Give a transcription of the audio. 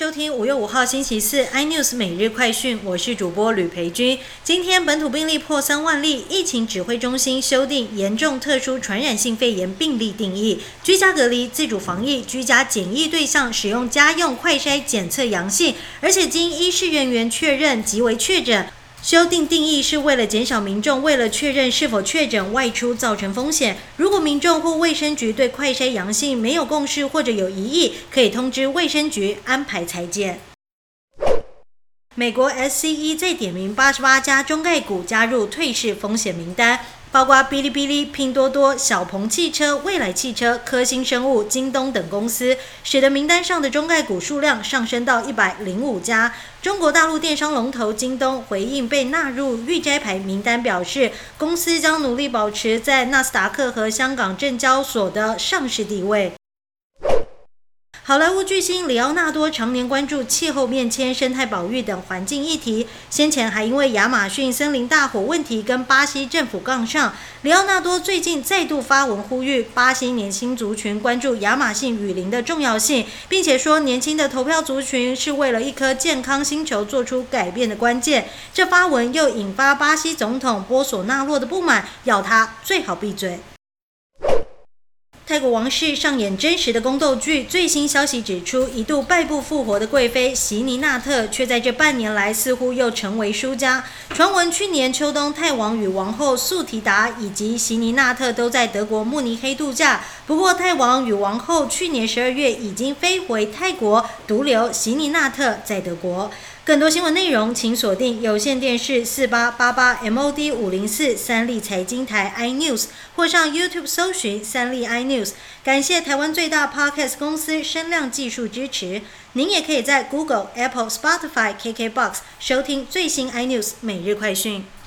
收听5月5号星期四 iNews 每日快讯，我是主播吕培君。今天本土病例破3万例，疫情指挥中心修订严重特殊传染性肺炎病例定义，居家隔离、自主防疫、居家检疫对象使用家用快筛检测阳性，而且经医事人员确认即为确诊。修订定义是为了减少民众为了确认是否确诊外出造成风险。如果民众或卫生局对快筛阳性没有共识或者有疑义，可以通知卫生局安排采检。美国 SCE 再点名88家中概股加入退市风险名单，包括哔哩哔哩、拼多多、小鹏汽车、蔚来汽车、科兴生物、京东等公司，使得名单上的中概股数量上升到105家。中国大陆电商龙头京东回应被纳入预摘牌名单，表示公司将努力保持在纳斯达克和香港证交所的上市地位。好莱坞巨星里奥纳多常年关注气候变迁、生态保育等环境议题，先前还因为亚马逊森林大火问题跟巴西政府杠上。里奥纳多最近再度发文呼吁巴西年轻族群关注亚马逊雨林的重要性，并且说年轻的投票族群是为了一颗健康星球做出改变的关键。这发文又引发巴西总统波索纳洛的不满，要他最好闭嘴。泰国王室上演真实的宫斗剧，最新消息指出，一度败部复活的贵妃席尼纳特，却在这半年来似乎又成为输家。传闻去年秋冬，泰王与王后素提达以及席尼纳特都在德国慕尼黑度假。不过，泰王与王后去年12月已经飞回泰国，独留席尼纳特在德国。更多新闻内容，请锁定有线电视4888 MOD 504三立财经台 iNews， 或上 YouTube 搜寻三立 iNews。感谢台湾最大 Podcast 公司声量技术支持。您也可以在 Google、Apple、Spotify、KKBox 收听最新 iNews 每日快讯。